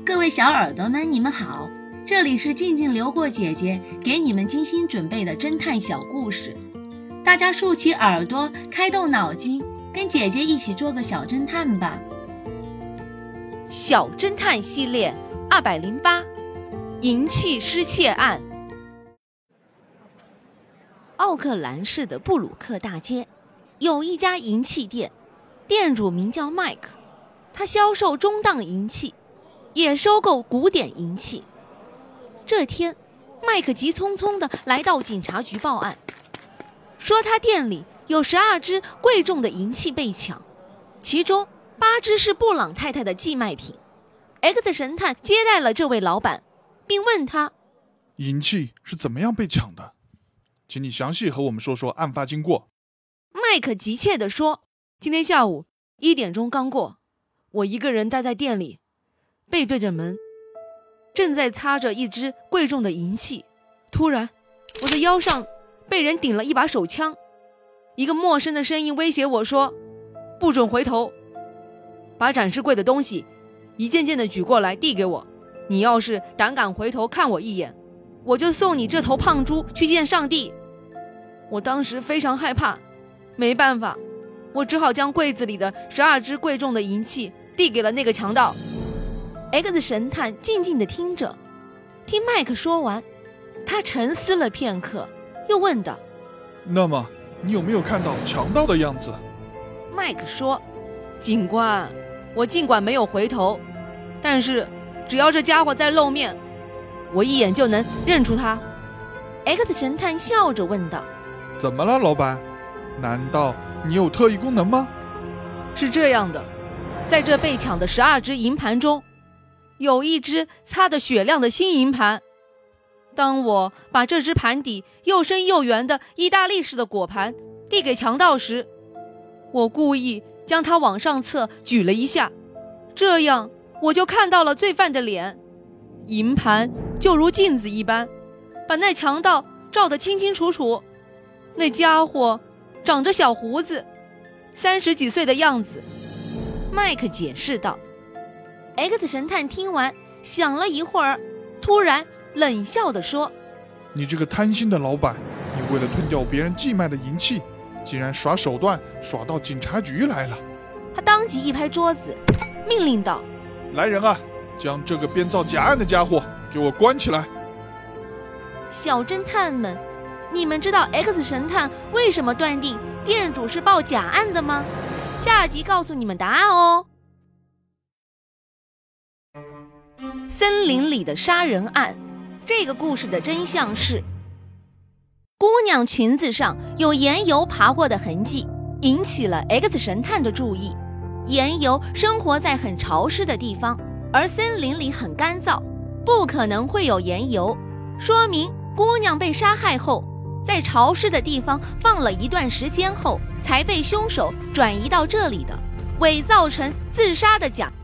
各位小耳朵们，你们好，这里是静静流过姐姐给你们精心准备的侦探小故事，大家竖起耳朵，开动脑筋，跟姐姐一起做个小侦探吧。 小侦探系列208，银器失窃案。奥克兰市的布鲁克大街有一家银器店，店主名叫麦克，他销售中档银器，也收购古典银器。这天，麦克急匆匆地来到警察局报案，说他店里有12只贵重的银器被抢，其中8只是布朗太太的寄卖品。X 神探接待了这位老板，并问他： 银器是怎么样被抢的？请你详细和我们说说案发经过。 麦克急切地说：今天下午1点钟刚过，我一个人待在店里，背对着门，正在擦着一只贵重的银器，突然我的腰上被人顶了一把手枪，一个陌生的声音威胁我说：不准回头，把展示柜的东西一件件的举过来递给我，你要是胆敢回头看我一眼，我就送你这头胖猪去见上帝。我当时非常害怕，没办法，我只好将柜子里的12只贵重的银器递给了那个强盗。X 神探静静地听着，听麦克说完，他沉思了片刻，又问道： 那么你有没有看到强盗的样子？ 麦克说：警官，我尽管没有回头，但是只要这家伙在露面，我一眼就能认出他。X 神探笑着问道： 怎么了，老板？难道你有特异功能吗？ 是这样的，在这被抢的12只银盘中，有一只擦得雪亮的新银盘。当我把这只盘底又深又圆的意大利式的果盘递给强盗时，我故意将它往上侧举了一下，这样我就看到了罪犯的脸。银盘就如镜子一般，把那强盗照得清清楚楚。那家伙长着小胡子，30几岁的样子。麦克解释道。X 神探听完想了一会儿，突然冷笑地说： 你这个贪心的老板，你为了吞掉别人寄卖的银器，竟然耍手段耍到警察局来了。 他当即一拍桌子，命令道： 来人啊，将这个编造假案的家伙给我关起来。 小侦探们，你们知道 X 神探为什么断定店主是报假案的吗？下集告诉你们答案哦。森林里的杀人案，这个故事的真相是，姑娘裙子上有盐油爬过的痕迹，引起了 X 神探的注意。盐油生活在很潮湿的地方，而森林里很干燥，不可能会有盐油，说明姑娘被杀害后，在潮湿的地方放了一段时间后，才被凶手转移到这里的，伪造成自杀的假